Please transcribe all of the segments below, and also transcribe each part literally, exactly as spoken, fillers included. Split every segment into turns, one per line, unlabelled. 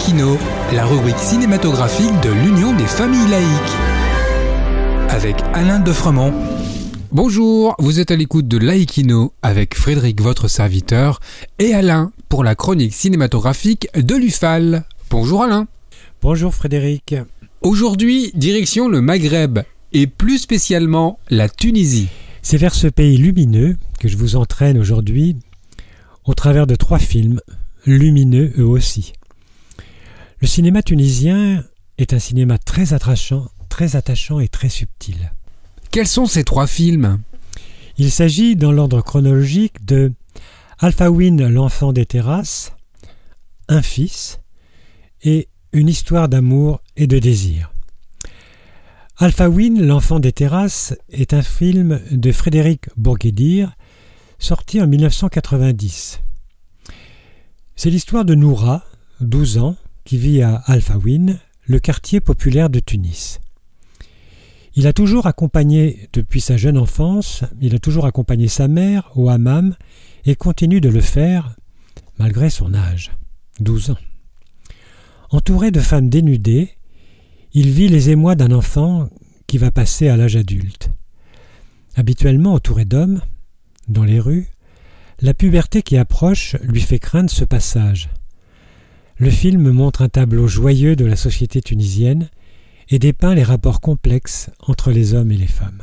Laïkino, la rubrique cinématographique de l'Union des familles laïques. Avec Alain Defremont. Bonjour, vous êtes à l'écoute de Laïkino avec Frédéric, votre serviteur, et Alain pour la chronique cinématographique de l'U F A L. Bonjour Alain.
Bonjour Frédéric.
Aujourd'hui, direction le Maghreb, et plus spécialement la Tunisie.
C'est vers ce pays lumineux que je vous entraîne aujourd'hui, au travers de trois films, lumineux eux aussi. Le cinéma tunisien est un cinéma très attachant, très attachant et très subtil.
Quels sont ces trois films ?
Il s'agit, dans l'ordre chronologique, de Alfawine, l'enfant des terrasses, Un fils et Une histoire d'amour et de désir. Alfawine, l'enfant des terrasses est un film de Frédéric Bourguédir, sorti en dix-neuf cent quatre-vingt-dix. C'est l'histoire de Noura, douze ans, qui vit à Alfawine, le quartier populaire de Tunis. Il a toujours accompagné, depuis sa jeune enfance, il a toujours accompagné sa mère au hammam et continue de le faire malgré son âge, douze ans. Entouré de femmes dénudées, il vit les émois d'un enfant qui va passer à l'âge adulte. Habituellement entouré d'hommes, dans les rues, la puberté qui approche lui fait craindre ce passage. Le film montre un tableau joyeux de la société tunisienne et dépeint les rapports complexes entre les hommes et les femmes.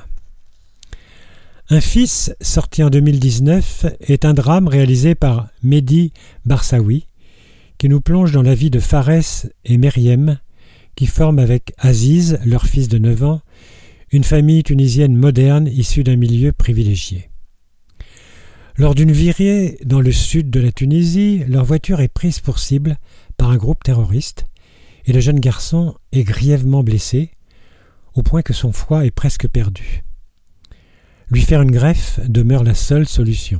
Un fils, sorti en deux mille dix-neuf, est un drame réalisé par Mehdi Barsaoui, qui nous plonge dans la vie de Fares et Meriem, qui forment avec Aziz, leur fils de neuf ans, une famille tunisienne moderne issue d'un milieu privilégié. Lors d'une virée dans le sud de la Tunisie, leur voiture est prise pour cible par un groupe terroriste et le jeune garçon est grièvement blessé, au point que son foie est presque perdu. Lui faire une greffe demeure la seule solution.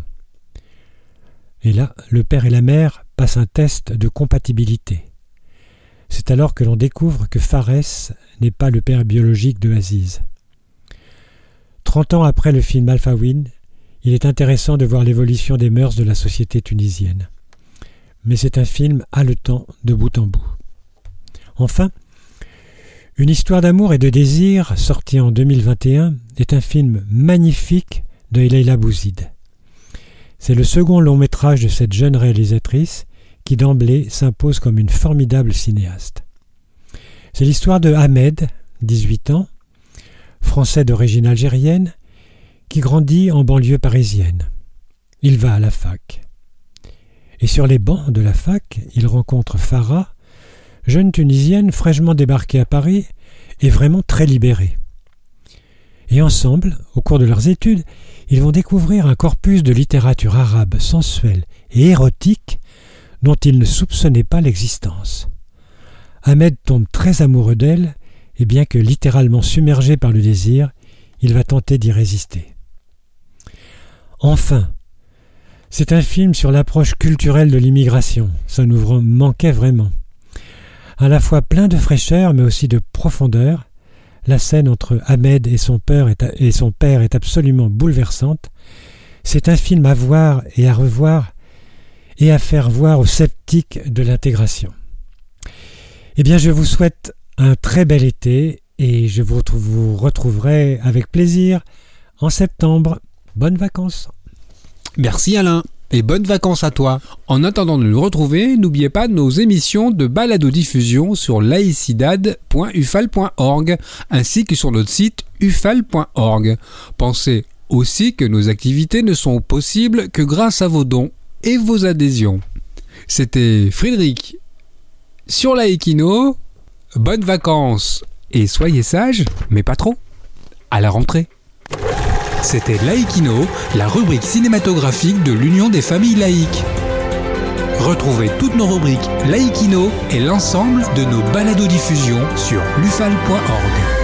Et là, le père et la mère passent un test de compatibilité. C'est alors que l'on découvre que Fares n'est pas le père biologique de Aziz. Trente ans après le film Alfawine, il est intéressant de voir l'évolution des mœurs de la société tunisienne. Mais c'est un film haletant de bout en bout. Enfin, Une histoire d'amour et de désir, sorti en deux mille vingt et un, est un film magnifique de Leila Bouzid. C'est le second long métrage de cette jeune réalisatrice qui d'emblée s'impose comme une formidable cinéaste. C'est l'histoire de Ahmed, dix-huit ans, français d'origine algérienne, qui grandit en banlieue parisienne. Il va à la fac. Et sur les bancs de la fac, il rencontre Farah, jeune Tunisienne fraîchement débarquée à Paris et vraiment très libérée. Et ensemble, au cours de leurs études, ils vont découvrir un corpus de littérature arabe sensuelle et érotique dont ils ne soupçonnaient pas l'existence. Ahmed tombe très amoureux d'elle, et bien que littéralement submergé par le désir, il va tenter d'y résister. Enfin, c'est un film sur l'approche culturelle de l'immigration. Ça nous manquait vraiment. À la fois plein de fraîcheur, mais aussi de profondeur, la scène entre Ahmed et son père est, et son père est absolument bouleversante. C'est un film à voir et à revoir et à faire voir aux sceptiques de l'intégration. Eh bien, je vous souhaite un très bel été et je vous, retrouve, vous retrouverai avec plaisir en septembre. Bonnes vacances.
Merci Alain et bonnes vacances à toi. En attendant de nous retrouver, n'oubliez pas nos émissions de balado-diffusion sur laicidad point u f a l point org ainsi que sur notre site u f a l point org. Pensez aussi que nos activités ne sont possibles que grâce à vos dons et vos adhésions. C'était Frédéric sur Laïkino. Bonnes vacances et soyez sages, mais pas trop. À la rentrée. C'était Laïkino, la rubrique cinématographique de l'Union des familles laïques. Retrouvez toutes nos rubriques Laïkino et l'ensemble de nos balados-diffusions sur l'u f a l point org.